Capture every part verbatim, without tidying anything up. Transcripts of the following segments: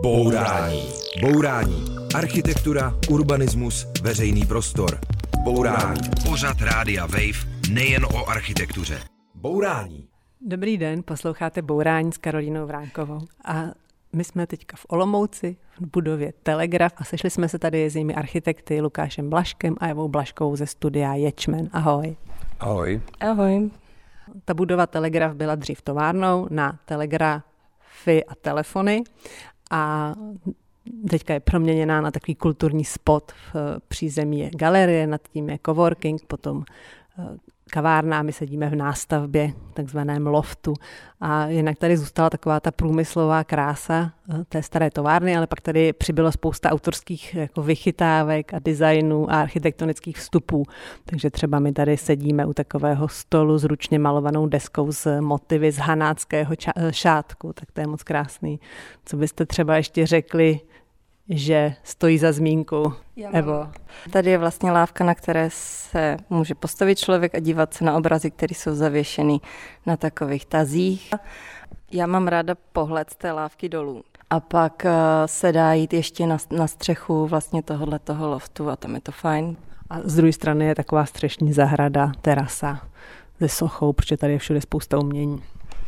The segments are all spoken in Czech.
Bourání. Bourání. Architektura, urbanismus, veřejný prostor. Bourání. Pořad Rádia Wave nejen o architektuře. Bourání. Dobrý den, posloucháte Bourání s Karolínou Vránkovou. A my jsme teďka v Olomouci, v budově Telegraf a sešli jsme se tady s jejími architekty Lukášem Blažkem a Evou Blažkou ze studia Ječmen. Ahoj. Ahoj. Ahoj. Ta budova Telegraf byla dřív továrnou na telegrafy a telefony a teďka je proměněná na takový kulturní spot. V přízemí je galerie, nad tím je coworking, potom kavárna, my sedíme v nástavbě, takzvaném loftu. A jinak tady zůstala taková ta průmyslová krása té staré továrny, ale pak tady přibylo spousta autorských jako vychytávek a designů a architektonických vstupů. Takže třeba my tady sedíme u takového stolu s ručně malovanou deskou z motivy z hanáckého ča- šátku, tak to je moc krásný. Co byste třeba ještě řekli, že stojí za zmínku, Evo? Tady je vlastně lávka, na které se může postavit člověk a dívat se na obrazy, které jsou zavěšeny na takových tazích. Já mám ráda pohled z té lávky dolů. A pak se dá jít ještě na, na střechu vlastně tohohle toho loftu a tam je to fajn. A z druhé strany je taková střešní zahrada, terasa se sochou, protože tady je všude spousta umění.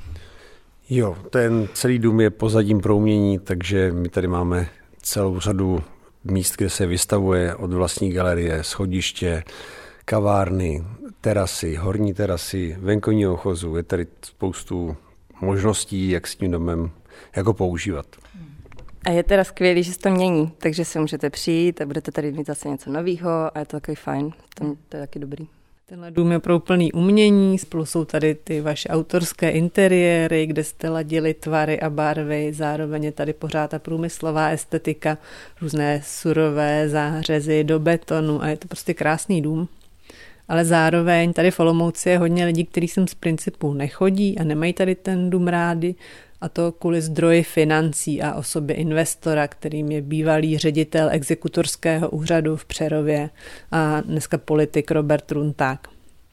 Jo, ten celý dům je pozadím pro umění, takže my tady máme celou řadu míst, kde se vystavuje od vlastní galerie, schodiště, kavárny, terasy, horní terasy, venkovního ochozu. Je tady spoustu možností, jak s tím domem jako používat. A je teda skvělý, že se to mění, takže si můžete přijít a budete tady mít zase něco nového a je to takový fajn, to, to je taky dobrý. Tenhle dům je pro úplný umění, spolu jsou tady ty vaše autorské interiéry, kde jste ladili tvary a barvy, zároveň je tady pořád ta průmyslová estetika, různé surové zářezy do betonu a je to prostě krásný dům. Ale zároveň tady v Olomouci je hodně lidí, kteří sem z principu nechodí a nemají tady ten dům rádi, a to kvůli zdroji financí a osobě investora, kterým je bývalý ředitel exekutorského úřadu v Přerově a dneska politik Robert Runták.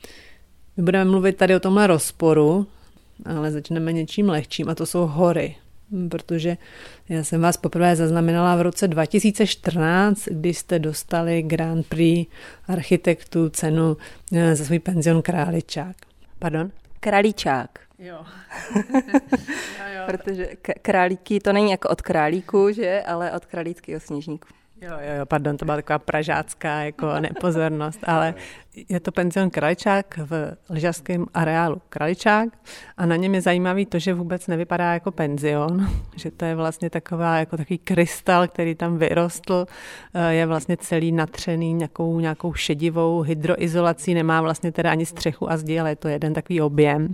My budeme mluvit tady o tomhle rozporu, ale začneme něčím lehčím a to jsou hory. Protože já jsem vás poprvé zaznamenala v roce dva tisíce čtrnáct, kdy jste dostali Grand Prix architektů cenu za svůj penzion Králíčák. Pardon? Králíčák. Jo. jo, jo. Protože k- králíky, to není jako od králíku, že, ale od králíckého sněžníku. Jo, jo, jo, pardon, to byla taková pražácká jako nepozornost, ale je to penzion Králíčák v lyžařském areálu Králíčák a na něm je zajímavý to, že vůbec nevypadá jako penzion, že to je vlastně taková, jako takový krystal, který tam vyrostl, je vlastně celý natřený nějakou, nějakou šedivou hydroizolací, nemá vlastně teda ani střechu a zdi, ale je to jeden takový objem.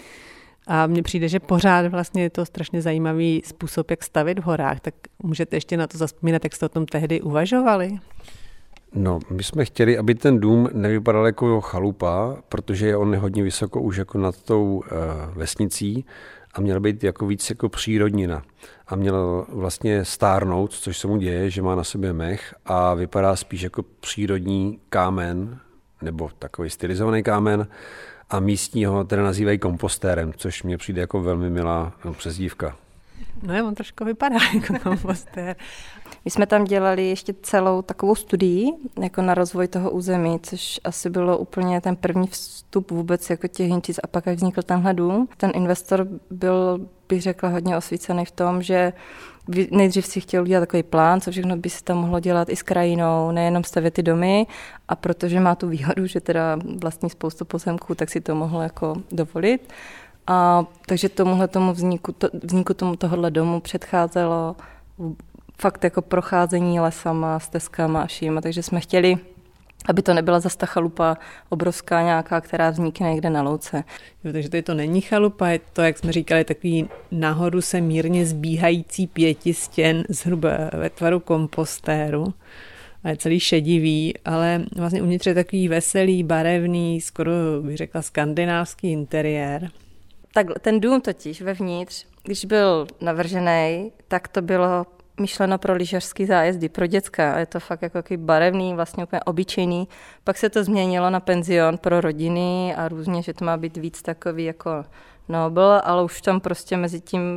A mně přijde, že pořád vlastně je to strašně zajímavý způsob, jak stavit v horách. Tak můžete ještě na to zazpomínat, jak jste o tom tehdy uvažovali? No, my jsme chtěli, aby ten dům nevypadal jako chalupa, protože on je hodně vysoko už jako nad tou uh, vesnicí a měl být jako víc jako přírodnina. A měl vlastně stárnout, což se mu děje, že má na sobě mech a vypadá spíš jako přírodní kámen, nebo takový stylizovaný kámen, a místní ho teda nazývají kompostérem, což mně přijde jako velmi milá přezdívka. No, on trošku vypadá jako kompostér. My jsme tam dělali ještě celou takovou studii jako na rozvoj toho území, což asi bylo úplně ten první vstup vůbec jako těch hinčic a pak jak vznikl tenhle dům. Ten investor byl, bych řekla, hodně osvícený v tom, že nejdřív si chtěl udělat takový plán, co všechno by se tam mohlo dělat i s krajinou, nejenom stavět ty domy a protože má tu výhodu, že teda vlastní spoustu pozemků, tak si to mohl jako dovolit. A takže tomuhle tomu vzniku, to, vzniku tomu tohohle domu předcházelo fakt jako procházení lesama, stezkama a vším, takže jsme chtěli, aby to nebyla zas ta chalupa obrovská nějaká, která vznikne někde na louce. Jo, takže tady to není chalupa, je to, jak jsme říkali, takový nahoru se mírně zbíhající pěti stěn zhruba ve tvaru kompostéru a je celý šedivý, ale vlastně uvnitř je takový veselý, barevný, skoro bych řekla skandinávský interiér. Tak ten dům totiž vevnitř, když byl navržený, tak to bylo myšleno pro lyžařský zájezdy, pro děcka. Je to fakt jako barevný, vlastně úplně obyčejný. Pak se to změnilo na penzion pro rodiny a různě, že to má být víc takový jako nobl, ale už tam prostě mezi tím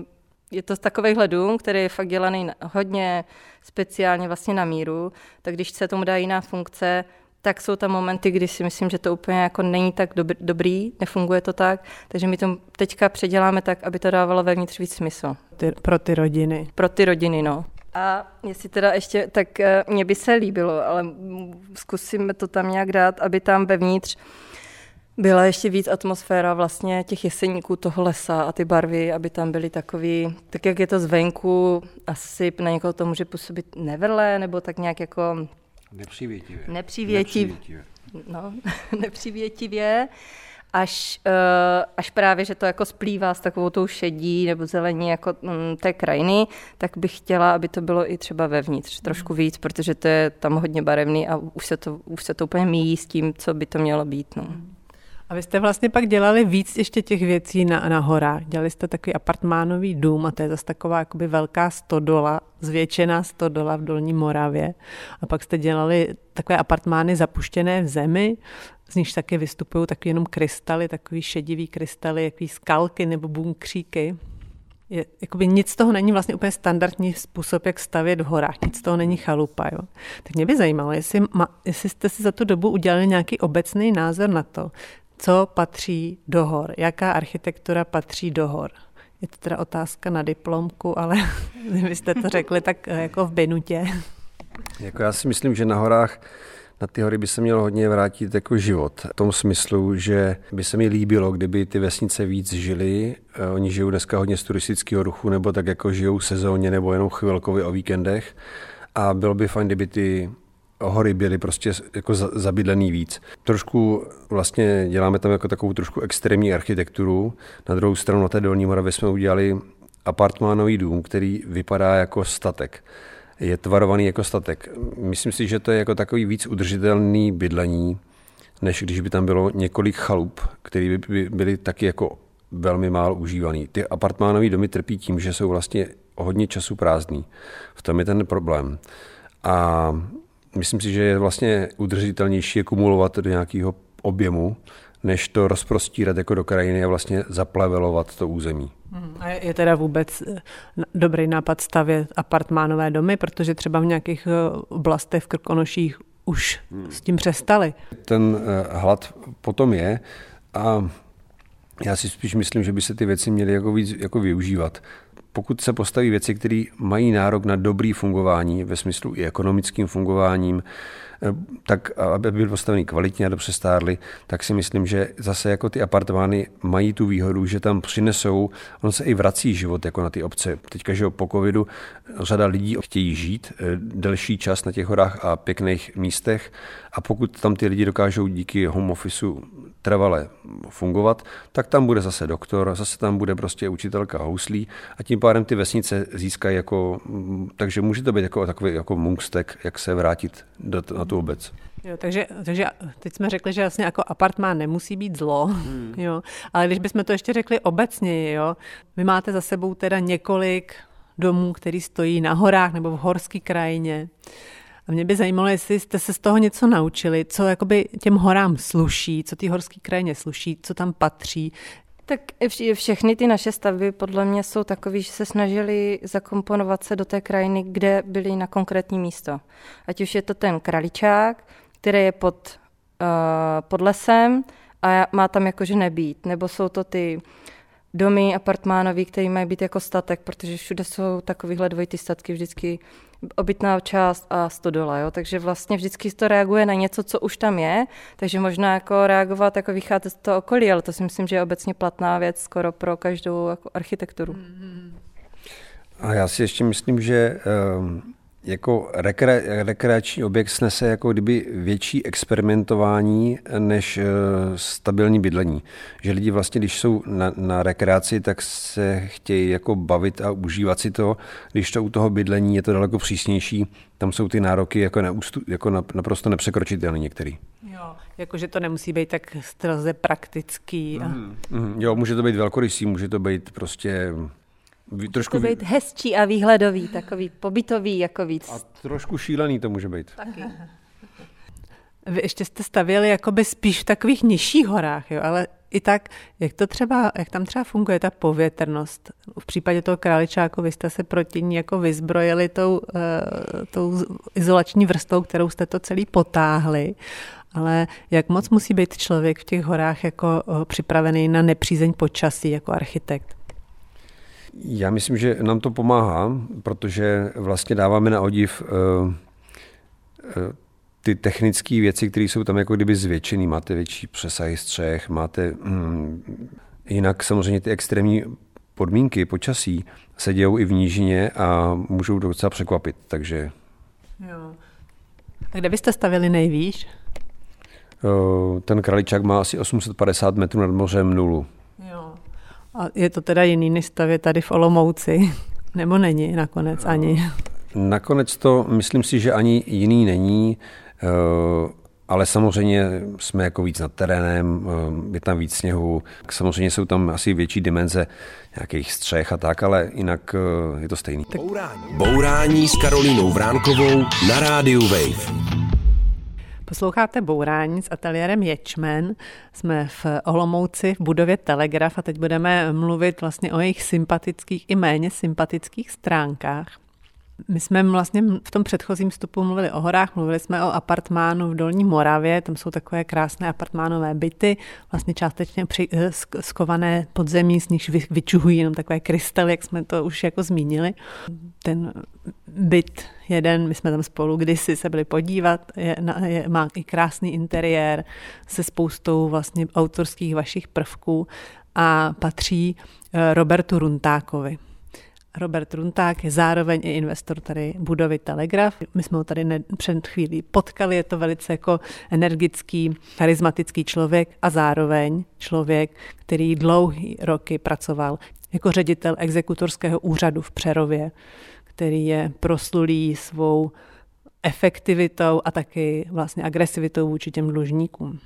je to takovýhle dům, který je fakt dělaný hodně speciálně vlastně na míru, tak když se tomu dá jiná funkce, tak jsou tam momenty, kdy si myslím, že to úplně jako není tak dobrý, nefunguje to tak, takže my to teďka předěláme tak, aby to dávalo vevnitř víc smysl. Ty, pro ty rodiny. Pro ty rodiny, no. A jestli teda ještě, tak mně by se líbilo, ale zkusíme to tam nějak dát, aby tam vevnitř byla ještě víc atmosféra vlastně těch jeseníků, toho lesa a ty barvy, aby tam byly takový, tak jak je to zvenku, asi na někoho to může působit nevrlé, nebo tak nějak jako Nepřívětivě. Nepřívětiv... Nepřívětivě. No, nepřívětivě, až, uh, až právě, že to jako splývá s takovou tou šedí nebo zelení jako um, té krajiny, tak bych chtěla, aby to bylo i třeba vevnitř trošku víc, protože to je tam hodně barevný a už se to, už se to úplně míjí s tím, co by to mělo být. No. A vy jste vlastně pak dělali víc ještě těch věcí na, na horách. Dělali jste takový apartmánový dům a to je zase taková jakoby velká stodola, zvětšená stodola v Dolní Moravě. A pak jste dělali takové apartmány zapuštěné v zemi, z nichž taky vystupují takový jenom krystaly, takový šedivý krystaly, jaký skalky nebo bunkříky. Je, jakoby nic z toho není vlastně úplně standardní způsob, jak stavět v horách. Nic z toho není chalupa. Jo. Tak mě by zajímalo, jestli, ma, jestli jste si za tu dobu udělali nějaký obecný názor na to, co patří do hor, jaká architektura patří do hor. Je to teda otázka na diplomku, ale vy jste to řekli tak jako v binutě. Jako já si myslím, že na horách, na ty hory by se mělo hodně vrátit jako život. V tom smyslu, že by se mi líbilo, kdyby ty vesnice víc žily. Oni žijou dneska hodně z turistického ruchu, nebo tak jako žijou sezónně, nebo jenom chvilkově o víkendech. A bylo by fajn, kdyby ty hory byly prostě jako zabydlený víc. Trošku vlastně děláme tam jako takovou trošku extrémní architekturu. Na druhou stranu na té Dolní Moravě jsme udělali apartmánový dům, který vypadá jako statek. Je tvarovaný jako statek. Myslím si, že to je jako takový víc udržitelný bydlení, než když by tam bylo několik chalup, které by byly taky jako velmi málo užívaný. Ty apartmánové domy trpí tím, že jsou vlastně hodně času prázdný. V tom je ten problém. A myslím si, že je vlastně udržitelnější je kumulovat do nějakého objemu, než to rozprostírat jako do krajiny a vlastně zaplavelovat to území. A je teda vůbec dobrý nápad stavět apartmánové domy, protože třeba v nějakých oblastech v Krkonoších už hmm. s tím přestali. Ten hlad potom je a já si spíš myslím, že by se ty věci měly jako víc jako využívat. Pokud se postaví věci, které mají nárok na dobré fungování, ve smyslu i ekonomickým fungováním, tak aby byly postaveny kvalitně a dobře stárly, tak si myslím, že zase jako ty apartmány mají tu výhodu, že tam přinesou, on se i vrací život jako na ty obce. Teďka, že po covidu řada lidí chtějí žít delší čas na těch horách a pěkných místech a pokud tam ty lidi dokážou díky home officeu trvale fungovat, tak tam bude zase doktor, zase tam bude prostě učitelka houslí a tím pádem ty vesnice získají jako, takže může to být jako takový jako můstek, jak se vrátit do, na tu obec. Jo, takže, takže teď jsme řekli, že vlastně jako apartmán nemusí být zlo, hmm. jo, ale když bychom to ještě řekli obecně, jo, vy máte za sebou teda několik domů, který stojí na horách nebo v horské krajině. A mě by zajímalo, jestli jste se z toho něco naučili, co jakoby těm horám sluší, co ty horské krajině sluší, co tam patří. Tak všechny ty naše stavby podle mě jsou takové, že se snažili zakomponovat se do té krajiny, kde byly na konkrétní místo. Ať už je to ten Kraličák, který je pod, uh, pod lesem a má tam jakože nebýt, nebo jsou to ty domy apartmánový, které mají být jako statek, protože všude jsou takovýhle dvojitý statky, vždycky obytná část a stodola, jo? Takže vlastně vždycky to reaguje na něco, co už tam je, takže možná jako reagovat, jako vycházet z toho okolí, ale to si myslím, že je obecně platná věc skoro pro každou jako architekturu. A já si ještě myslím, že jako rekre, rekreační objekt snese jako kdyby větší experimentování než stabilní bydlení. Že lidi vlastně, když jsou na, na rekreaci, tak se chtějí jako bavit a užívat si to. Když to u toho bydlení je to daleko přísnější, tam jsou ty nároky jako, na ústu, jako na, naprosto nepřekročitelné některý. Jo, jakože to nemusí být tak straze praktický. A... Mm, mm, jo, může to být velkorysý, může to být prostě... Trošku být hezčí a výhledový, takový pobytový, jako víc. A trošku šílený to může být. Taky. Vy ještě jste stavěli jakoby spíš v takových nižších horách, jo? Ale i tak, jak to třeba, jak tam třeba funguje ta povětrnost? V případě toho Králičáku vy jste se proti ní jako vyzbrojili tou, uh, tou izolační vrstvou, kterou jste to celý potáhli, ale jak moc musí být člověk v těch horách jako uh, připravený na nepřízeň počasí jako architekt? Já myslím, že nám to pomáhá, protože vlastně dáváme na odiv uh, uh, ty technické věci, které jsou tam jako kdyby zvětšený. Máte větší přesahy střech, máte mm, jinak samozřejmě ty extrémní podmínky počasí se dějou i v nížině a můžou docela překvapit, takže... Jo. A kde byste stavili nejvýš? Uh, ten Kraličák má asi osm set padesát metrů nad mořem nulu. Jo. A je to teda jiný než stavět tady v Olomouci? Nebo není nakonec ani? Nakonec to myslím si, že ani jiný není, ale samozřejmě jsme jako víc nad terénem, je tam víc sněhu. Samozřejmě jsou tam asi větší dimenze nějakých střech a tak, ale jinak je to stejný. Bourání, Bourání s Karolínou Vránkovou na rádiu Wave. Posloucháte Bourání s ateliérem Ječmen. Jsme v Olomouci v budově Telegraf a teď budeme mluvit vlastně o jejich sympatických i méně sympatických stránkách. My jsme vlastně v tom předchozím vstupu mluvili o horách, mluvili jsme o apartmánu v Dolní Moravě, tam jsou takové krásné apartmánové byty, vlastně částečně při, skované podzemí, z nichž vyčuhují jenom takové krystaly, jak jsme to už jako zmínili. Ten byt jeden, my jsme tam spolu kdysi se byli podívat, je, je, má i krásný interiér se spoustou vlastně autorských vašich prvků a patří Robertu Runtákovi. Robert Runták je zároveň i investor tady budovy Telegraf. My jsme ho tady ne, před chvílí potkali, je to velice jako energický, charismatický člověk a zároveň člověk, který dlouhý roky pracoval jako ředitel exekutorského úřadu v Přerově, který je proslulý svou efektivitou a taky vlastně agresivitou vůči těm dlužníkům.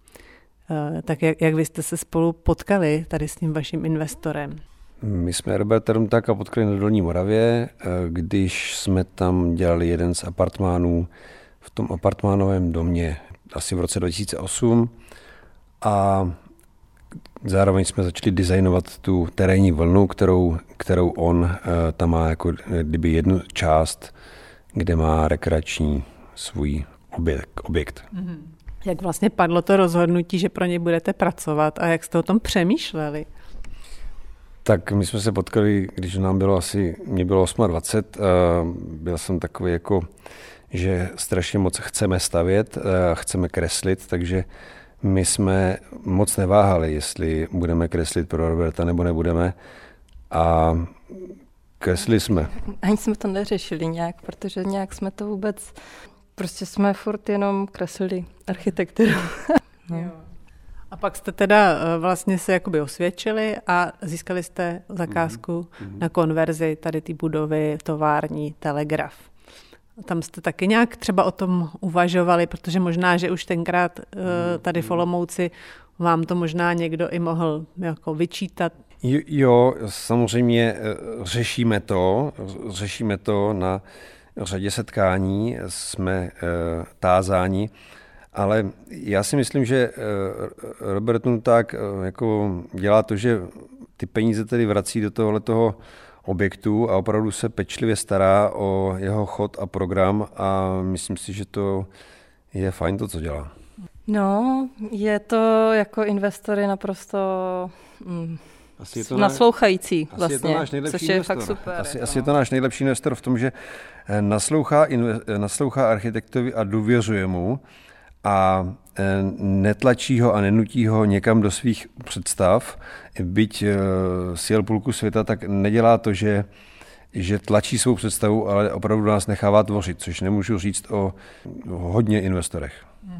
Tak jak, jak vy jste se spolu potkali tady s tím vaším investorem? My jsme Roberta Runtáka potkali na Dolní Moravě, když jsme tam dělali jeden z apartmánů v tom apartmánovém domě asi v roce dva tisíce osm a zároveň jsme začali designovat tu terénní vlnu, kterou, kterou on tam má jako kdyby jednu část, kde má rekreační svůj objekt. objekt. Mm-hmm. Jak vlastně padlo to rozhodnutí, že pro ně budete pracovat a jak jste o tom přemýšleli? Tak my jsme se potkali, když nám bylo asi, mě bylo dvacet osm, byl jsem takový jako, že strašně moc chceme stavět, chceme kreslit, takže my jsme moc neváhali, jestli budeme kreslit pro Roberta nebo nebudeme a kreslili jsme. Ani jsme to neřešili nějak, protože nějak jsme to vůbec, prostě jsme furt jenom kreslili architekturu. No. A pak jste teda vlastně se jakoby osvědčili a získali jste zakázku mm-hmm. na konverzi tady té budovy tovární Telegraf. Tam jste taky nějak třeba o tom uvažovali, protože možná, že už tenkrát tady v Olomouci vám to možná někdo i mohl jako vyčítat. Jo, samozřejmě řešíme to, řešíme to na řadě setkání, jsme tázáni. Ale já si myslím, že Robert Runták jako dělá to, že ty peníze tedy vrací do tohoto objektu a opravdu se pečlivě stará o jeho chod a program a myslím si, že to je fajn to, co dělá. No, je to jako investory naprosto mm, asi je to naslouchající náš, vlastně, asi je to náš nejlepší což je investor. fakt super. Asi, jako. asi je to náš nejlepší investor v tom, že naslouchá, naslouchá architektovi a důvěřuje mu a netlačí ho a nenutí ho někam do svých představ. Byť sjel půlku světa, tak nedělá to, že, že tlačí svou představu, ale opravdu nás nechává tvořit, což nemůžu říct o hodně investorech.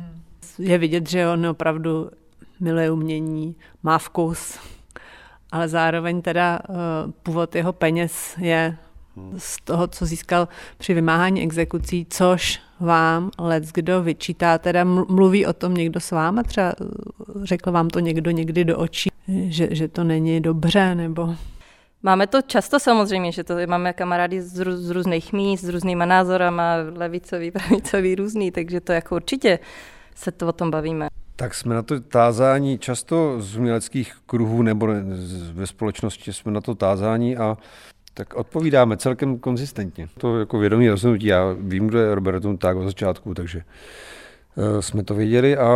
Je vidět, že on opravdu miluje umění, má vkus, ale zároveň teda původ jeho peněz je z toho, co získal při vymáhání exekucí, což vám leckdo vyčítá, teda mluví o tom někdo s váma, třeba řekl vám to někdo někdy do očí, že, že to není dobře, nebo... Máme to často samozřejmě, že to máme kamarády z, rů, z různých míst, s různýma názorama, levicový, pravicový, různý, takže to jako určitě se to o tom bavíme. Tak jsme na to tázání často z uměleckých kruhů nebo ve společnosti jsme na to tázání a tak odpovídáme celkem konzistentně. To jako vědomí rozhodnutí. Já vím, kdo je Robert Rotund tak od začátku, takže jsme to věděli a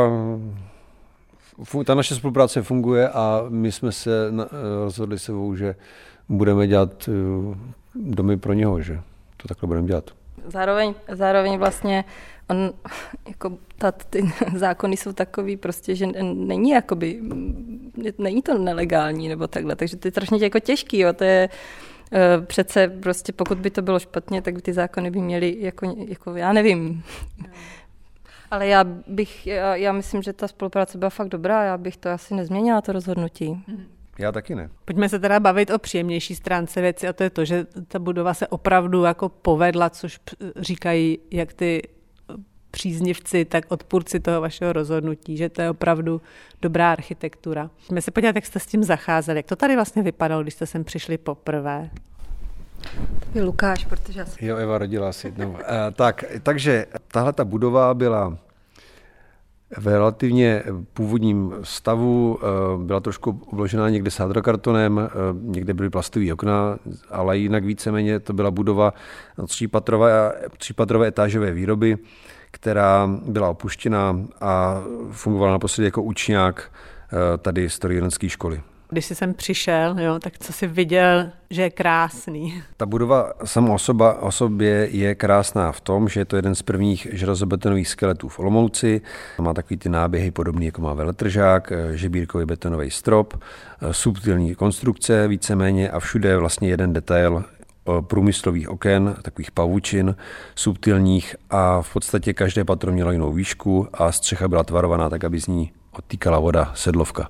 ta naše spolupráce funguje a my jsme se rozhodli sebou, že budeme dělat domy pro něho, že to takhle budeme dělat. Zároveň, zároveň vlastně on, jako ta, ty zákony jsou takový prostě, že není jakoby, není to nelegální nebo takhle, takže to je strašně jako těžký, jo, to je přece prostě pokud by to bylo špatně, tak by ty zákony by měly jako, jako já nevím. Ale já bych, já, já myslím, že ta spolupráce byla fakt dobrá, já bych to asi nezměnila, to rozhodnutí. Já taky ne. Pojďme se teda bavit o příjemnější stránce věci a to je to, že ta budova se opravdu jako povedla, což říkají jak ty příznivci, tak odpůrci toho vašeho rozhodnutí, že to je opravdu dobrá architektura. Pojďme se podívat, jak jste s tím zacházeli. Jak to tady vlastně vypadalo, když jste sem přišli poprvé? To je Lukáš, protože já jsem... Jo, Eva rodila si jednou. Uh, tak, takže tahle ta budova byla v relativně původním stavu, byla trošku obložená někde sádrokartonem, někde byly plastové okna, ale jinak víceméně to byla budova třípatrové, třípatrové etážové výroby, která byla opuštěná a fungovala naposledy jako učňák tady strojírenské školy. Když jsi sem přišel, jo, tak co jsi viděl, že je krásný? Ta budova sama osoba, o sobě je krásná v tom, že je to jeden z prvních železobetonových skeletů v Olomouci. Má takový ty náběhy podobný, jako má veletržák, žebírkový betonový strop, subtilní konstrukce víceméně a všude je vlastně jeden detail průmyslových oken, takových pavučin, subtilních a v podstatě každé patro mělo jinou výšku a střecha byla tvarovaná tak, aby z ní odtýkala voda, sedlovka.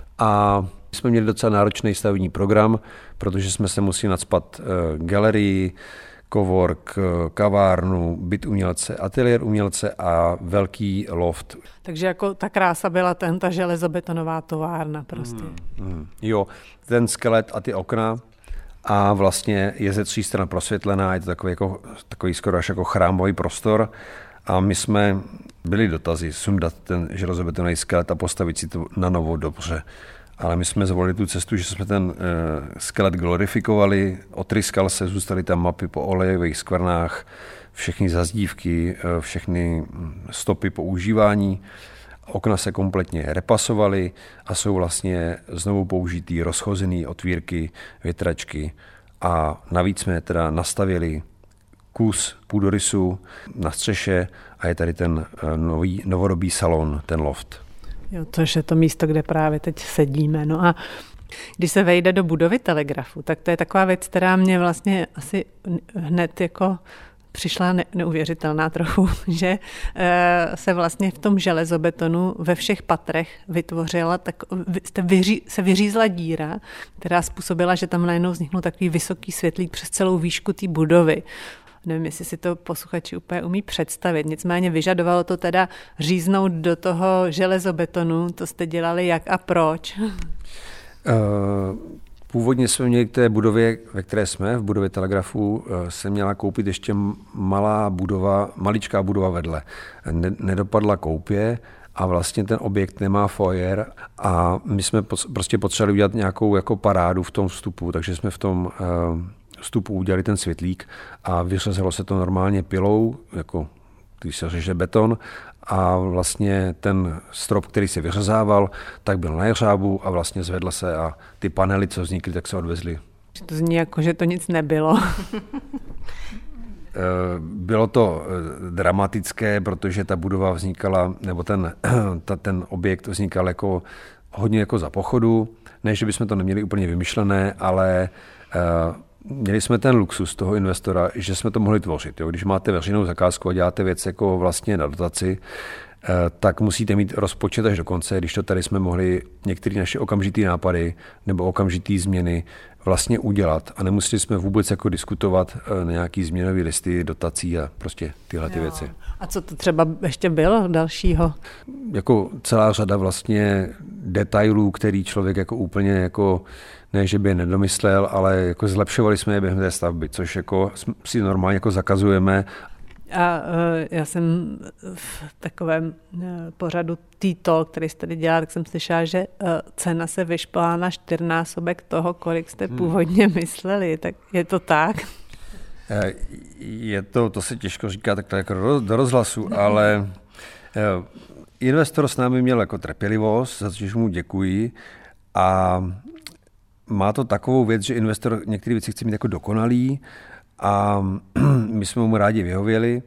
A jsme měli docela náročný stavební program, protože jsme se museli nacpat galerii, cowork, kavárnu, byt umělce, ateliér umělce a velký loft. Takže jako ta krása byla ten, ta železobetonová továrna prostě. Hmm, hmm. Jo, ten skelet a ty okna a vlastně je ze tří stran prosvětlená, je to takový, jako, takový skoro až jako chrámový prostor a my jsme byli dotazy sundat ten železobetonový skelet a postavit si to na novo dobře. Ale my jsme zvolili tu cestu, že jsme ten e, skelet glorifikovali, otryskal se, zůstaly tam mapy po olejových skvrnách, všechny zazdívky, e, všechny stopy po užívání. Okna se kompletně repasovaly a jsou vlastně znovu použitý rozchozený otvírky, větračky a navíc jsme teda nastavili kus půdorysu na střeše a je tady ten nový, novodobý salon, ten loft. Jo, což je to místo, kde právě teď sedíme. No a když se vejde do budovy Telegrafu, tak to je taková věc, která mě vlastně asi hned jako přišla ne- neuvěřitelná trochu, že e, se vlastně v tom železobetonu ve všech patrech vytvořila, tak vyří, se vyřízla díra, která způsobila, že tam najednou vzniknul takový vysoký světlík přes celou výšku té budovy. Nevím, jestli si to posluchači úplně umí představit. Nicméně vyžadovalo to teda říznout do toho železobetonu. To jste dělali jak a proč? Původně jsme měli k té budově, ve které jsme, v budově Telegrafu, se měla koupit ještě malá budova, maličká budova vedle. Nedopadla koupě a vlastně ten objekt nemá foyer a my jsme prostě potřebovali udělat nějakou jako parádu v tom vstupu, takže jsme v tom vstupu udělali ten světlík a vyřezalo se to normálně pilou, jako když se řeže beton a vlastně ten strop, který se vyřezával, tak byl na jeřábu a vlastně zvedl se a ty panely, co vznikly, tak se odvezly. To zní jako, že to nic nebylo. Bylo to dramatické, protože ta budova vznikala, nebo ten, ta, ten objekt vznikal jako hodně jako za pochodu. Ne, že bychom to neměli úplně vymyšlené, ale měli jsme ten luxus toho investora, že jsme to mohli tvořit. Jo? Když máte veřejnou zakázku a děláte věc jako vlastně na dotaci, tak musíte mít rozpočet až do konce, když to tady jsme mohli některé naše okamžitý nápady nebo okamžitý změny vlastně udělat a nemuseli jsme vůbec jako diskutovat na nějaký změnový listy, dotací a prostě tyhle ty věci. A co to třeba ještě bylo dalšího? Jako celá řada vlastně detailů, který člověk jako úplně jako ne, že by je nedomyslel, ale jako zlepšovali jsme je během té stavby, což jako si normálně jako zakazujeme. A já jsem v takovém pořadu T-Talk, který jste tady dělala, tak jsem slyšela, že cena se vyšplhá na čtyřnásobek toho, kolik jste původně mysleli. Tak je to tak? Je to, to se těžko říká takhle jako do rozhlasu, ale investor s námi měl jako trpělivost, za což mu děkuji, a má to takovou věc, že investor některé věci chce mít jako dokonalý, a my jsme mu rádi vyhověli.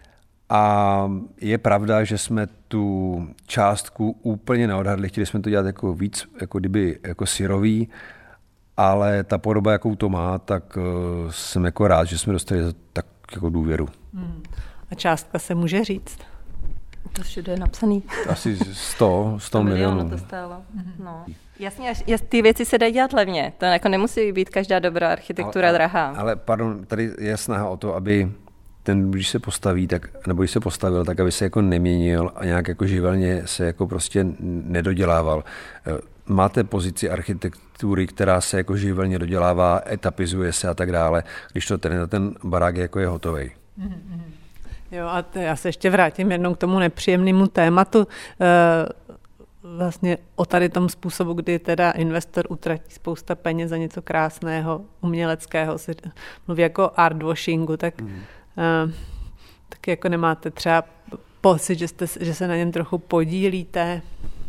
A je pravda, že jsme tu částku úplně neodhadli, chtěli jsme to dělat jako víc, jako kdyby jako syrový, ale ta podoba, jakou to má, tak jsem jako rád, že jsme dostali tak jako důvěru. Hmm. A částka se může říct? To všude je napsaný. Asi sto milionů. To stálo. No. Jasně, ty věci se dají dělat levně. To jako nemusí být každá dobrá architektura ale, drahá. Ale pardon, tady je snaha o to, aby ten, když se postaví, tak, nebo když se postavil, tak aby se jako neměnil a nějak jako živelně se jako prostě nedodělával. Máte pozici architektury, která se jako živelně dodělává, etapizuje se a tak dále, když to ten, ten barák jako je hotovej. Mm-hmm. Jo, a t- já se ještě vrátím jednou k tomu nepříjemnému tématu. E, vlastně o tady tom způsobu, kdy teda investor utratí spousta peněz za něco krásného, uměleckého, se mluví jako art washingu, tak, mm. e, tak jako nemáte třeba pocit, že, jste, že se na něm trochu podílíte?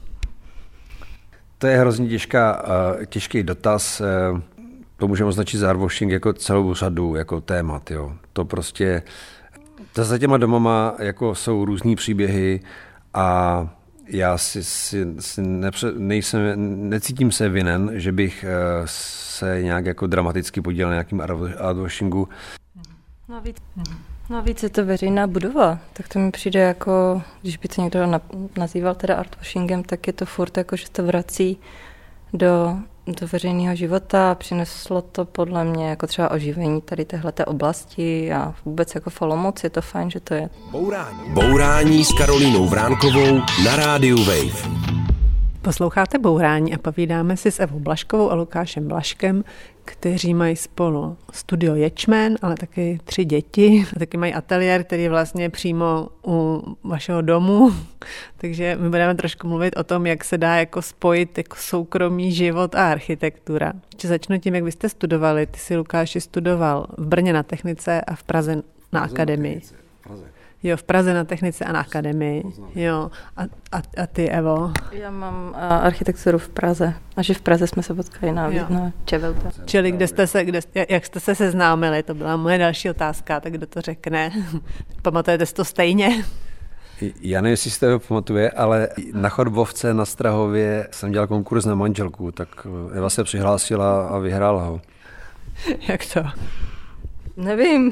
To je hrozně těžká, těžký dotaz. To můžeme označit za art washing jako celou řadu jako témat. Jo. To prostě za těma domama jako jsou různý příběhy a já si, si, si nepře, nejsem, necítím se vinen, že bych se nějak jako dramaticky podílel na nějakým art washingu. No víc, no víc je to veřejná budova, tak to mi přijde jako, když by to někdo na, nazýval teda art washingem, tak je to furt jako, že to vrací do, do veřejného života a přineslo to podle mě jako třeba oživení tady téhleté oblasti a vůbec jako v Olomouci je to fajn, že to je. Bourání. Bourání s Karolínou Vránkovou na rádiu Wave. Posloucháte Bourání a povídáme si s Evou Blažkovou a Lukášem Blažkem, kteří mají spolu studio Ječmen, ale taky tři děti. A taky mají ateliér, který je vlastně přímo u vašeho domu. Takže my budeme trošku mluvit o tom, jak se dá jako spojit jako soukromý život a architektura. Či začnu tím, jak vy jste studovali. Ty jsi, Lukáši, studoval v Brně na technice a v Praze na akademii. Jo, v Praze na technice a na akademii. Jo. A, a, a ty, Evo? Já mám architekturu v Praze. A že v Praze jsme se potkali na, na Čevelte. Čili kde jste se, kde, jak jste se seznámili? To byla moje další otázka, tak kdo to řekne? Pamatujete si to stejně? Já nevím, jestli si to pamatuje, ale na Chodbovce na Strahově jsem dělal konkurs na manželku, tak Eva se přihlásila a vyhrála ho. Jak to? Nevím.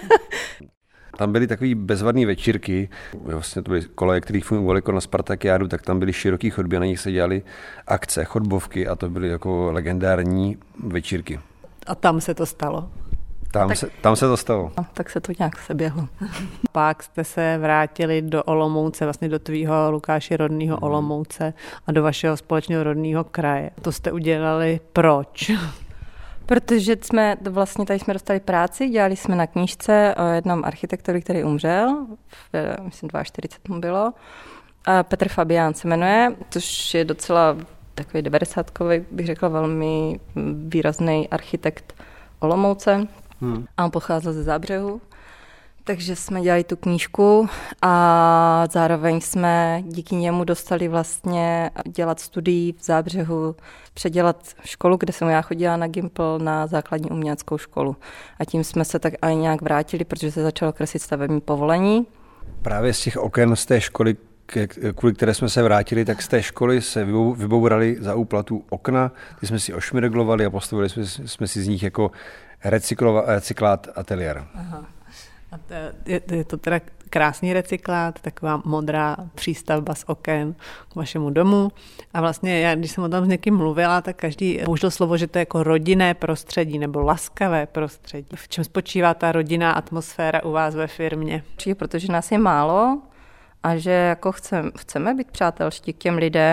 Tam byly takové bezvadné večírky, vlastně to byly koleje, které fungovaly jako na Spartakiádu, tak tam byly široký chodby a na nich se dělaly akce, chodbovky a to byly jako legendární večírky. A tam se to stalo? Tam, tak, se, tam se to stalo. No, tak se to nějak seběhlo. Pak jste se vrátili do Olomouce, vlastně do tvýho, Lukáši, rodného hmm. Olomouce a do vašeho společného rodného kraje. To jste udělali proč? Protože jsme, vlastně tady jsme dostali práci, dělali jsme na knížce o jednom architektovi, který umřel, v, myslím čtyřicet dva mu bylo, a Petr Fabián se jmenuje, což je docela takový devadesátkový, bych řekla, velmi výrazný architekt Olomouce. Hmm. A on pocházel ze Zábřehu, takže jsme dělali tu knížku a zároveň jsme díky němu dostali vlastně dělat studii v Zábřehu, předělat školu, kde jsem já chodila na Gimpl na základní uměleckou školu. A tím jsme se tak aj nějak vrátili, protože se začalo kreslit stavební povolení. Právě z těch oken z té školy, kvůli které jsme se vrátili, tak z té školy se vybourali za úplatu okna, ty jsme si ošmirglovali a postavili jsme, jsme si z nich jako recyklát ateliér. Aha. A to je, je to teda krásný recyklát, taková modrá přístavba z oken k vašemu domu. A vlastně já, když jsem o tom s někým mluvila, tak každý použil slovo, že to je jako rodinné prostředí nebo laskavé prostředí. V čem spočívá ta rodinná atmosféra u vás ve firmě? Protože nás je málo a že jako chcem, chceme být přátelští k těm lidem.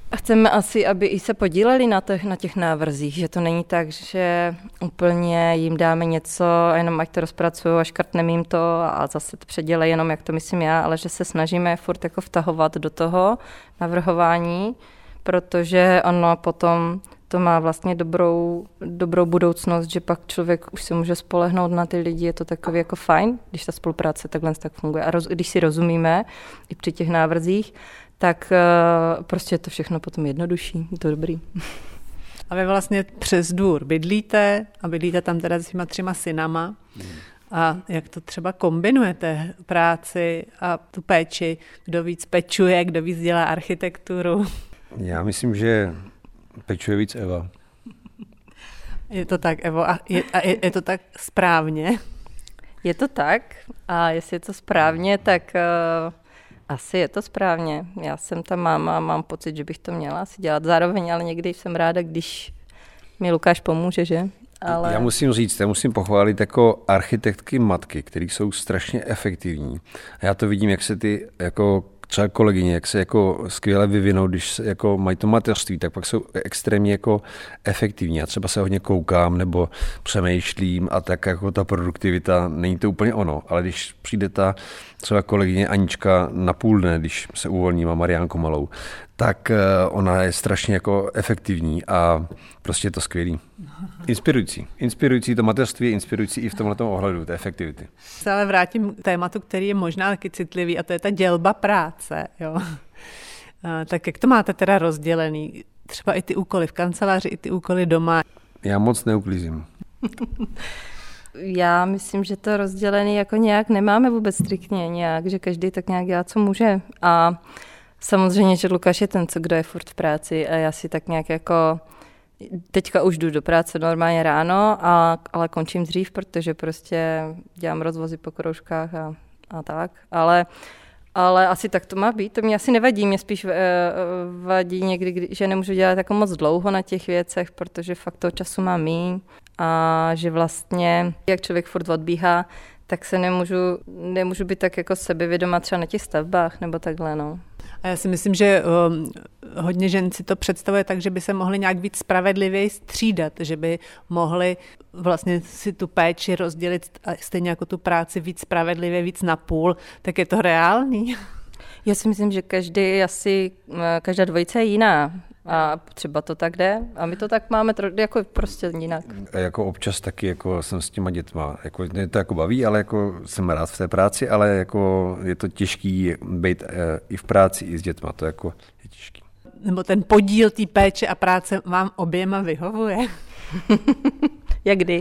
Chceme asi, aby i se podíleli na těch, na těch návrzích, že to není tak, že úplně jim dáme něco, jenom ať to rozpracují a škrtneme jim to a zase to předělej jenom, jak to myslím já, ale že se snažíme furt jako vtahovat do toho navrhování, protože ono potom to má vlastně dobrou, dobrou budoucnost, že pak člověk už se může spolehnout na ty lidi, je to takový jako fajn, když ta spolupráce takhle tak funguje. A roz, když si rozumíme i při těch návrzích, tak uh, prostě je to všechno potom jednodušší, je to dobrý. A vy vlastně přes dvůr bydlíte a bydlíte tam teda s těma třema synama. A jak to třeba kombinujete, práci a tu péči, kdo víc pečuje, kdo víc dělá architekturu? Já myslím, že pečuje víc Eva. Je to tak, Evo, a je, a je, je to tak správně? Je to tak a jestli je to správně, tak uh, asi je to správně. Já jsem ta máma a mám pocit, že bych to měla asi dělat zároveň, ale někdy jsem ráda, když mi Lukáš pomůže, že? Ale... Já musím říct, já musím pochválit jako architektky matky, které jsou strašně efektivní. A já to vidím, jak se ty jako třeba kolegyně, jak se jako skvěle vyvinou, když se jako mají to mateřství, tak pak jsou extrémně jako efektivní. Já třeba se hodně koukám nebo přemýšlím a tak jako ta produktivita, není to úplně ono, ale když přijde ta třeba kolegyně Anička na půl dne, když se uvolní, má Mariánku malou, tak ona je strašně jako efektivní a prostě je to skvělý. Inspirující. Inspirující to mateřství, inspirující i v tomhletom ohledu, té efektivity. Se ale vrátím k tématu, který je možná taky citlivý, a to je ta dělba práce. Jo. Tak jak to máte teda rozdělený? Třeba i ty úkoly v kanceláři, i ty úkoly doma? Já moc neuklízím. Já myslím, že to rozdělený jako nějak nemáme vůbec striktně nějak, že každý tak nějak dělá, co může. A samozřejmě, že Lukáš je ten, co kdo je furt v práci a já si tak nějak jako teďka už jdu do práce normálně ráno, a, ale končím dřív, protože prostě dělám rozvozy po kroužkách a, a tak, ale, ale asi tak to má být. To mě asi nevadí, mě spíš uh, vadí někdy, kdy, že nemůžu dělat jako moc dlouho na těch věcech, protože fakt toho času mám míň a že vlastně, jak člověk furt odbíhá, tak se nemůžu, nemůžu být tak jako sebevědomá třeba na těch stavbách nebo takhle, no. A já si myslím, že um, hodně žen si to představuje tak, že by se mohly nějak víc spravedlivěji střídat, že by mohly vlastně si tu péči rozdělit stejně jako tu práci víc spravedlivě, víc na půl. Tak je to reálný? Já si myslím, že každý asi, každá dvojice je jiná. A třeba to tak jde a my to tak máme tro, jako prostě jinak. A jako občas taky jako jsem s těma dětma, jako, mě to jako baví, ale jako jsem rád v té práci, ale jako je to těžký být e, i v práci, i s dětma, to jako je těžký. Nebo ten podíl té péče a práce vám oběma vyhovuje? Jak kdy?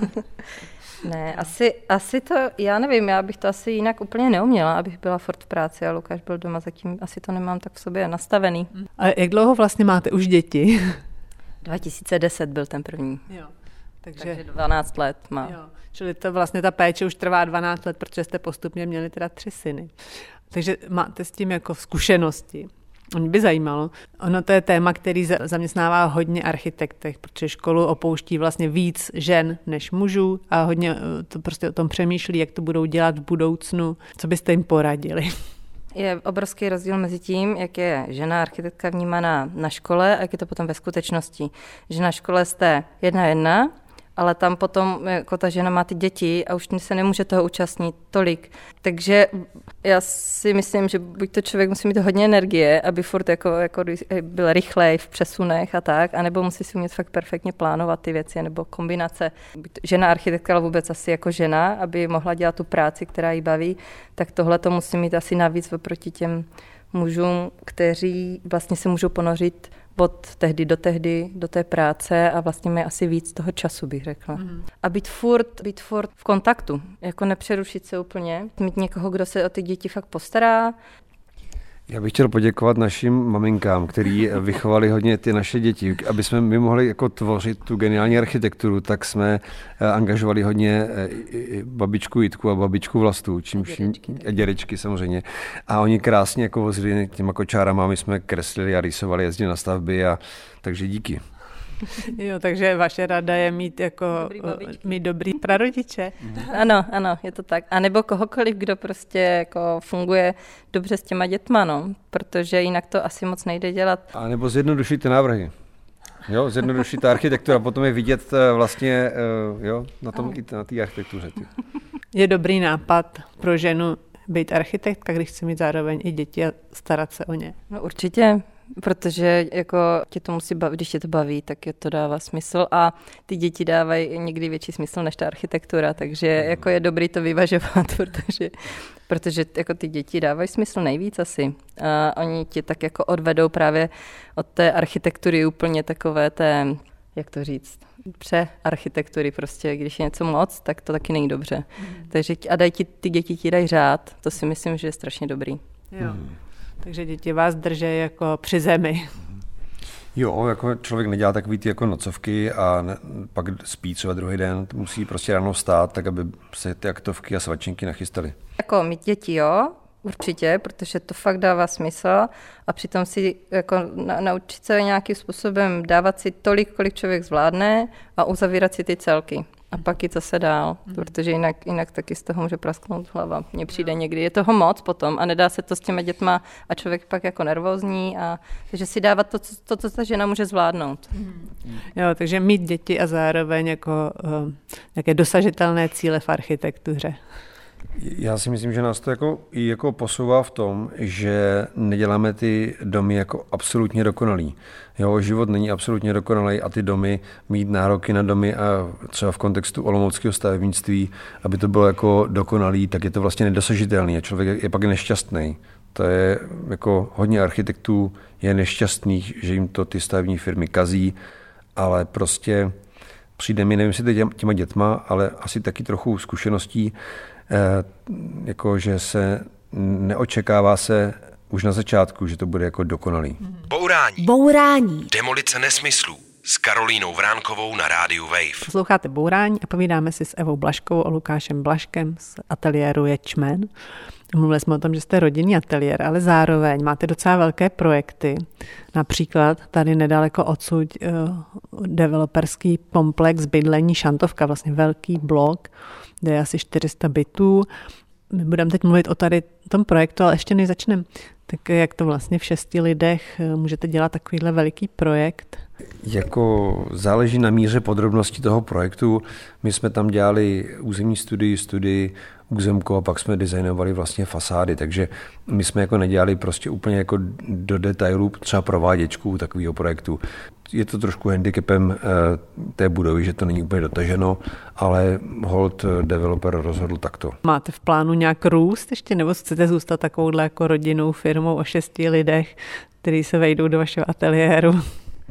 Ne, asi, asi to, já nevím, já bych to asi jinak úplně neuměla, abych byla furt v práci a Lukáš byl doma, zatím asi to nemám tak v sobě nastavený. A jak dlouho vlastně máte už děti? dva tisíce deset byl ten první. Jo, takže, takže dvanáct let má. Jo, čili to vlastně ta péče už trvá dvanáct let, protože jste postupně měli teda tři syny. Takže máte s tím jako zkušenosti. Mě by zajímalo. Ono to je téma, který zaměstnává hodně architektek, protože školu opouští vlastně víc žen než mužů a hodně to prostě o tom přemýšlí, jak to budou dělat v budoucnu. Co byste jim poradili? Je obrovský rozdíl mezi tím, jak je žena architektka vnímaná na škole a jak je to potom ve skutečnosti. Že na škole jste jedna jedna, ale tam potom jako ta žena má ty děti a už se nemůže toho účastnit tolik. Takže já si myslím, že buď to člověk musí mít hodně energie, aby furt jako, jako byl rychlej v přesunech a tak, anebo musí si umět fakt perfektně plánovat ty věci, nebo kombinace. Žena architektka, ale vůbec asi jako žena, aby mohla dělat tu práci, která jí baví, tak tohle to musí mít asi navíc oproti těm mužům, kteří vlastně se můžou ponořit od tehdy do tehdy do té práce a vlastně mají asi víc toho času, bych řekla. Mm. A být furt, být furt v kontaktu, jako nepřerušit se úplně, mít někoho, kdo se o ty děti fakt postará. Já bych chtěl poděkovat našim maminkám, který vychovali hodně ty naše děti. Aby jsme my mohli jako tvořit tu geniální architekturu, tak jsme angažovali hodně babičku Jitku a babičku Vlastu, čímž dědečky, dědečky samozřejmě. A oni krásně jako vozili těma kočárama, my jsme kreslili a rýsovali, jezdili na stavby, a takže díky. Jo, takže vaše rada je mít jako dobrý mít dobrý prarodiče. Ano, ano, je to tak. A nebo kohokoliv, kdo prostě jako funguje dobře s těma dětma, no, protože jinak to asi moc nejde dělat. A nebo zjednodušit ty návrhy. Jo, zjednodušit ta architektura, potom je vidět vlastně jo, na tom, na té architektuře. Je dobrý nápad pro ženu být architektka, když chce mít zároveň i děti a starat se o ně. No určitě, protože jako tě to musí bavit, když tě to baví, tak je to dává smysl a ty děti dávají někdy větší smysl než ta architektura, takže jako je dobrý to vyvažovat, protože, protože jako ty děti dávají smysl nejvíc asi. A oni ti tak jako odvedou právě od té architektury úplně takové té, jak to říct, pře-architektury prostě, když je něco moc, tak to taky není dobře. Mm. Takže a dají ti, ty děti ti dají řád, to si myslím, že je strašně dobrý. Jo. Mm. Takže děti vás drží jako při zemi. Jo, jako člověk nedělá takový ty jako nocovky a ne, pak spí třeba druhý den, musí prostě ráno vstát, tak aby se ty aktovky a svačinky nachystaly. Jako mít děti, jo, určitě, protože to fakt dává smysl a přitom si jako na, naučit se nějakým způsobem dávat si tolik, kolik člověk zvládne a uzavírat si ty celky. A pak jít zase dál, mm. protože jinak, jinak taky z toho může prasknout hlava. Mně přijde někdy, je toho moc potom a nedá se to s těma dětma a člověk pak jako nervózní a takže si dávat to, co, to, co ta žena může zvládnout. Mm. Jo, takže mít děti a zároveň jako uh, nějaké dosažitelné cíle v architektuře. Já si myslím, že nás to jako, i jako posouvá v tom, že neděláme ty domy jako absolutně dokonalý. Jo, život není absolutně dokonalý a ty domy, mít nároky na domy a třeba v kontextu olomouckého stavebnictví, aby to bylo jako dokonalý, tak je to vlastně nedosažitelný a člověk je pak nešťastný. To je jako hodně architektů je nešťastných, že jim to ty stavební firmy kazí, ale prostě přijde mi, nevím si těma dětma, ale asi taky trochu zkušeností, Eh, jako že se neočekává se už na začátku, že to bude jako dokonalý. Bourání. Bourání. Demolice nesmyslů s Karolínou Vránkovou na rádiu Wave. Posloucháte Bourání a povídáme si s Evou Blažkovou a Lukášem Blažkem z ateliéru Ječmen. Mluvili jsme o tom, že jste rodinný ateliér, ale zároveň máte docela velké projekty. Například tady nedaleko odsud uh, developerský komplex bydlení Šantovka, vlastně velký blok, kde je asi čtyři sta bytů. My budeme teď mluvit o tady tom projektu, ale ještě než začneme, tak jak to vlastně v šesti lidech můžete dělat takovýhle veliký projekt? Jako záleží na míře podrobností toho projektu. My jsme tam dělali územní studii, studii územko a pak jsme designovali vlastně fasády, takže my jsme jako nedělali prostě úplně jako do detailu třeba prováděčku takového projektu. Je to trošku handicapem té budovy, že to není úplně dotaženo, ale hold developer rozhodl takto. Máte v plánu nějak růst ještě, nebo chcete zůstat takovouhle jako rodinnou firmou o šesti lidech, kteří se vejdou do vašeho ateliéru?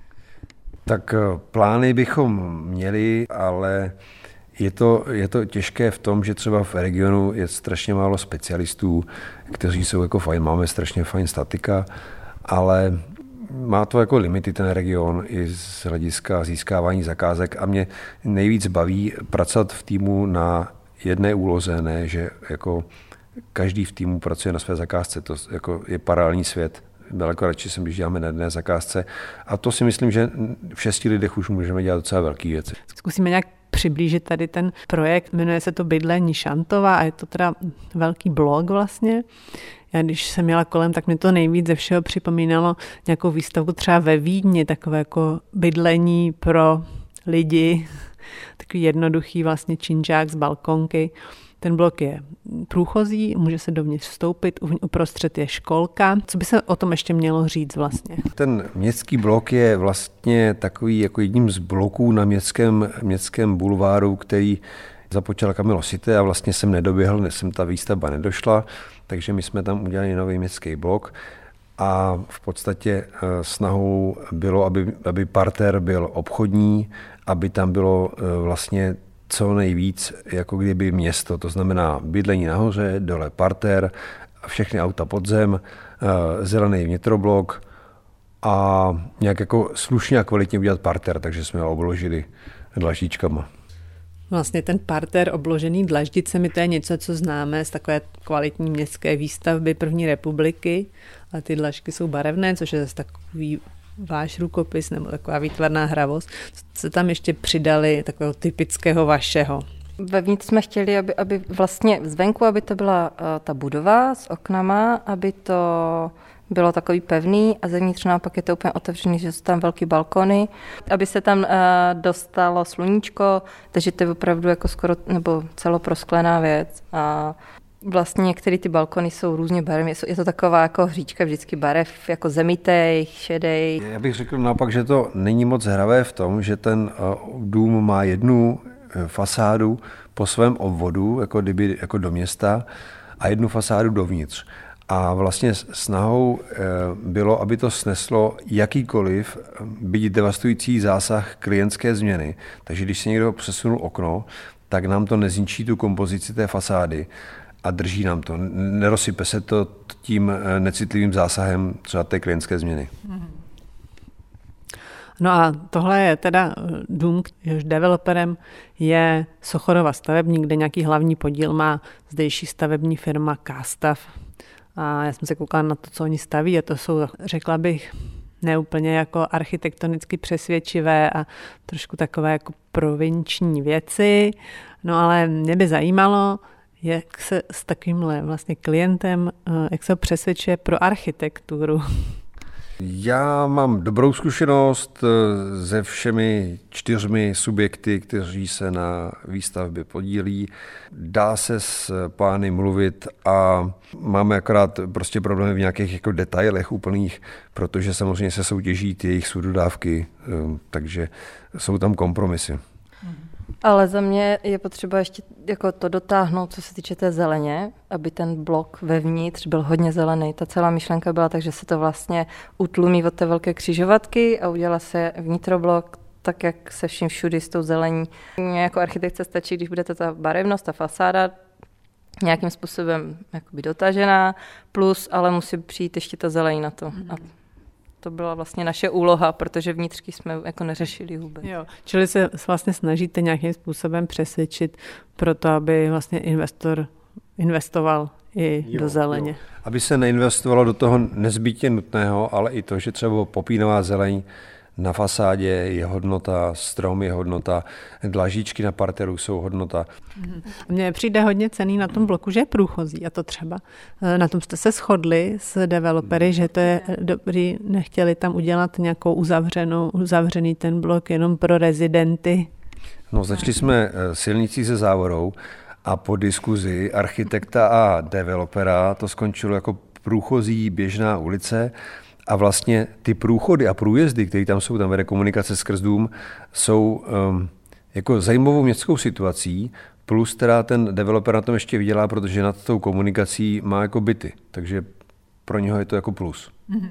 Tak plány bychom měli, ale je to, je to těžké v tom, že třeba v regionu je strašně málo specialistů, kteří jsou jako fajn, máme strašně fajn statika, ale má to jako limity ten region i z hlediska získávání zakázek a mě nejvíc baví pracovat v týmu na jedné úloze, ne, že jako každý v týmu pracuje na své zakázce, to jako je paralelní svět. Daleko radši jsem, když děláme na jedné zakázce. A to si myslím, že v šesti lidech už můžeme dělat docela velké věci. Zkusíme nějak přiblížit tady ten projekt. Jmenuje se to Bydlení Šantova a je to teda velký blok vlastně. Já když jsem měla kolem, tak mi to nejvíc ze všeho připomínalo nějakou výstavu třeba ve Vídni, takové jako bydlení pro lidi, takový jednoduchý vlastně činžák z balkonky. Ten blok je průchozí, může se dovnitř vstoupit, uprostřed je školka. Co by se o tom ještě mělo říct vlastně? Ten městský blok je vlastně takový jako jedním z bloků na městském, městském bulváru, který započal Kamilo Sité a vlastně jsem nedoběhl, než jsem ta výstavba nedošla, takže my jsme tam udělali nový městský blok a v podstatě snahou bylo, aby, aby parter byl obchodní, aby tam bylo vlastně co nejvíc, jako kdyby město, to znamená bydlení nahoře, dole parter, všechny auta pod zem, zelený vnitroblok a nějak jako slušně a kvalitně udělat parter, takže jsme ho obložili dlaždičkama. Vlastně ten parter obložený dlaždicemi, to je něco, co známe z takové kvalitní městské výstavby první republiky, ale ty dlažky jsou barevné, což je zase takový váš rukopis nebo taková výtvarná hravost. Co tam ještě přidali takového typického vašeho? Vevnitř jsme chtěli, aby, aby vlastně zvenku, aby to byla uh, ta budova s oknama, aby to bylo takový pevný a zevnitř naopak je to úplně otevřený, že jsou tam velký balkony, aby se tam uh, dostalo sluníčko, takže to je opravdu jako skoro nebo celoprosklená věc. A vlastně některé ty balkony jsou různě barevné, je to taková jako hříčka vždycky barev, jako zemitej, šedej. Já bych řekl naopak, že to není moc hravé v tom, že ten uh, dům má jednu fasádu po svém obvodu, jako kdyby jako do města, a jednu fasádu dovnitř. A vlastně snahou bylo, aby to sneslo jakýkoliv byť devastující zásah klientské změny. Takže když se někdo přesunul okno, tak nám to nezničí tu kompozici té fasády a drží nám to. Nerozsype se to tím necitlivým zásahem třeba té klientské změny. No a tohle je teda dům, jehož developerem je Sochorova stavebník, kde nějaký hlavní podíl má zdejší stavební firma Kástav. A já jsem se koukala na to, co oni staví, a to jsou, řekla bych, neúplně jako architektonicky přesvědčivé a trošku takové jako provinční věci. No ale mě by zajímalo, jak se s takovýmhle vlastně klientem, jak se ho přesvědčuje pro architekturu. Já mám dobrou zkušenost se všemi čtyřmi subjekty, kteří se na výstavbě podílí. Dá se s pány mluvit a máme akorát prostě problémy v nějakých jako detailech úplných, protože samozřejmě se soutěží ty jejich subdodávky, takže jsou tam kompromisy. Ale za mě je potřeba ještě jako to dotáhnout, co se týče té zeleně, aby ten blok vevnitř byl hodně zelený. Ta celá myšlenka byla tak, že se to vlastně utlumí od té velké křižovatky a udělá se vnitroblok tak, jak se vším všudy s tou zelení. Mně jako architektce stačí, když bude to ta barevnost, ta fasáda nějakým způsobem jakoby dotažená, plus ale musí přijít ještě ta zelení na to. A to byla vlastně naše úloha, protože vnitřky jsme jako neřešili vůbec. Jo, čili se vlastně snažíte nějakým způsobem přesvědčit pro to, aby vlastně investor investoval i jo, do zeleně. Jo. Aby se neinvestovalo do toho nezbytně nutného, ale i to, že třeba popínová zeleň na fasádě je hodnota, strom je hodnota, dlažíčky na parteru jsou hodnota. Mně přijde hodně cenný na tom bloku, že je průchozí, a to třeba. Na tom jste se shodli s developery, že to je dobrý, nechtěli tam udělat nějakou uzavřenou, uzavřený ten blok jenom pro rezidenty. No, začali jsme silnicí se závorou a po diskuzi architekta a developera to skončilo jako průchozí běžná ulice. A vlastně ty průchody a průjezdy, které tam jsou, tam vede komunikace skrz dům, jsou um, jako zajímavou městskou situací, plus teda ten developer na tom ještě vydělá, protože nad tou komunikací má jako byty. Takže pro něho je to jako plus. Mm-hmm.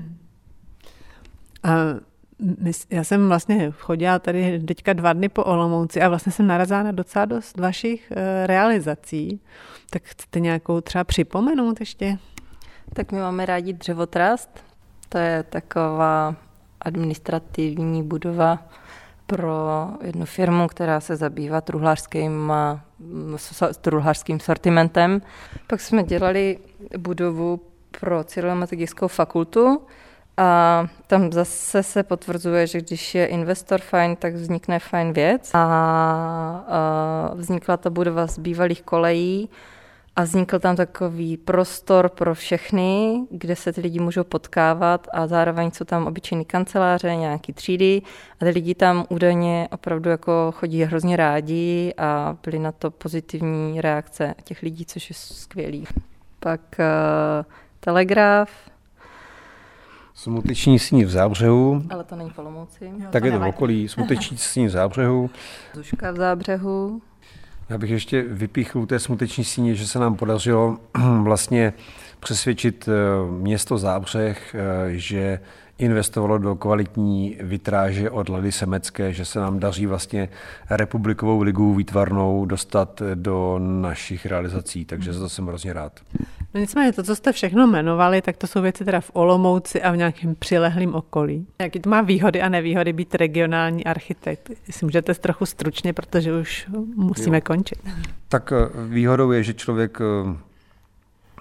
A já jsem vlastně chodila tady teďka dva dny po Olomouci a vlastně jsem narazila na docela dost vašich realizací. Tak chcete nějakou třeba připomenout ještě? Tak my máme rádi Dřevotrast. To je taková administrativní budova pro jednu firmu, která se zabývá truhlářským, truhlářským sortimentem. Pak jsme dělali budovu pro cyrilometodějskou fakultu a tam zase se potvrzuje, že když je investor fajn, tak vznikne fajn věc. A, a vznikla ta budova z bývalých kolejí, a vznikl tam takový prostor pro všechny, kde se ty lidi můžou potkávat a zároveň jsou tam obyčejný kanceláře, nějaký třídy a ty lidi tam údajně opravdu jako chodí hrozně rádi a byly na to pozitivní reakce těch lidí, což je skvělý. Pak uh, Telegraf. Smuteční síň v Zábřehu. Ale to není v Olomouci. Tak je to v okolí. Smuteční síň v Zábřehu. Zuška v Zábřehu. Já bych ještě vypíchl u té smuteční síně, že se nám podařilo vlastně přesvědčit město Zábřeh, že investovalo do kvalitní vitráže od Lady Semecké, že se nám daří vlastně republikovou ligu výtvarnou dostat do našich realizací, takže za to jsem hrozně rád. No nicméně to, co jste všechno jmenovali, tak to jsou věci teda v Olomouci a v nějakém přilehlém okolí. Jaký to má výhody a nevýhody být regionální architekt? Jestli můžete trochu stručně, protože už musíme jo. končit. Tak výhodou je, že člověk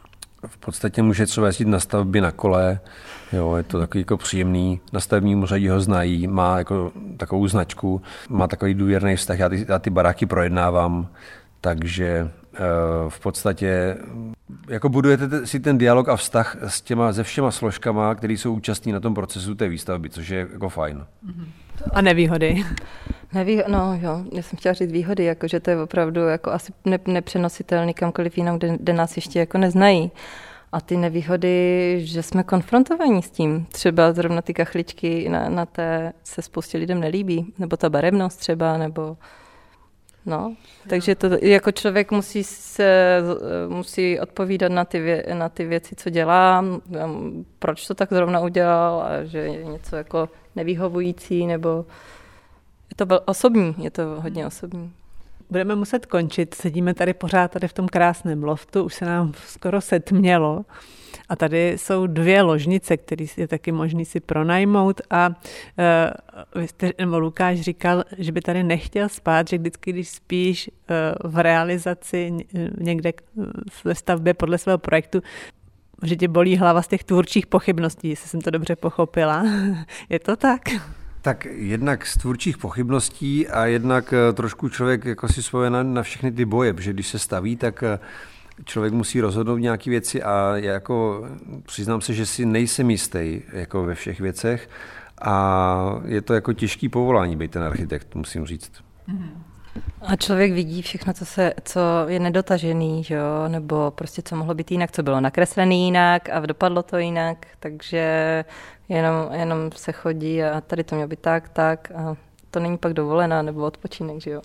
v podstatě může třeba jezdit na stavby na kole, jo, je to takový jako příjemný, na stavebním úřadě ho znají, má jako takovou značku, má takový důvěrný vztah, já ty, já ty baráky projednávám, takže v podstatě jako budujete si ten dialog a vztah s těma, se všema složkama, které jsou účastní na tom procesu té výstavby, což je jako fajn. A nevýhody? Nevý, no jo, já jsem chtěla říct výhody, jako, že to je opravdu jako asi ne, nepřenositelný kamkoliv jinam, kde, kde nás ještě jako neznají. A ty nevýhody, že jsme konfrontovaní s tím. Třeba zrovna ty kachličky na, na té se spoustě lidem nelíbí, nebo ta barevnost třeba, nebo no, takže to jako člověk musí se, musí odpovídat na ty, vě, na ty věci, co dělá, proč to tak zrovna udělal a že je něco jako nevyhovující, nebo je to osobní, je to hodně osobní. Budeme muset končit, sedíme tady pořád tady v tom krásném loftu, už se nám skoro setmělo a tady jsou dvě ložnice, které je taky možný si pronajmout a uh, vy jste, nebo Lukáš říkal, že by tady nechtěl spát, že vždycky, když spíš uh, v realizaci někde ve stavbě podle svého projektu, že tě bolí hlava z těch tvůrčích pochybností, jestli jsem to dobře pochopila. Je to tak? Tak jednak z tvůrčích pochybností a jednak trošku člověk jako si svoje na, na všechny ty boje, protože když se staví, tak člověk musí rozhodnout nějaké věci a já jako přiznám se, že si nejsem jistý jako ve všech věcech a je to jako těžký povolání být ten architekt, musím říct. A člověk vidí všechno, co, se, co je nedotažený, že jo? Nebo prostě co mohlo být jinak, co bylo nakreslené jinak a dopadlo to jinak, takže jenom, jenom se chodí a tady to mělo být tak, tak a to není pak dovolená nebo odpočinek, že jo.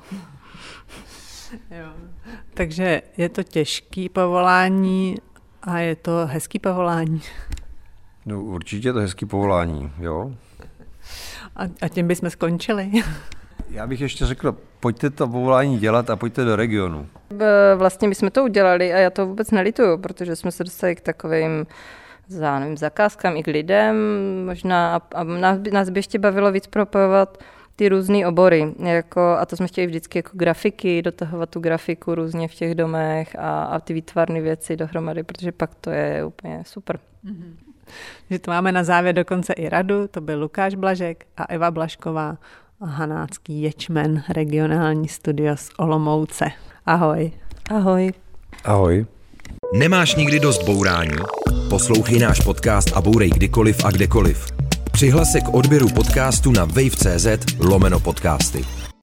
Jo. Takže je to těžký povolání a je to hezký povolání. No určitě je to hezký povolání, jo. A, a tím bychom skončili. Já bych ještě řekl, pojďte to povolání dělat a pojďte do regionu. Vlastně my jsme to udělali a já to vůbec nelituju, protože jsme se dostali k takovým za, nevím, zakázkám i k lidem možná a, a nás, by, nás by ještě bavilo víc propojovat ty různé obory. Jako, a to jsme chtěli vždycky jako grafiky, dotahovat tu grafiku různě v těch domech a, a ty výtvarné věci dohromady, protože pak to je úplně super. Mm-hmm. Že to máme na závěr dokonce i radu, to byl Lukáš Blažek a Eva Blažková a hanácký ječmen, regionální studio z Olomouce. Ahoj. Ahoj. Ahoj. Nemáš nikdy dost bourání? Poslouchej náš podcast a bourej kdykoliv a kdekoliv. Přihlas se k odběru podcastu na wave tečka cz lomeno podcasty.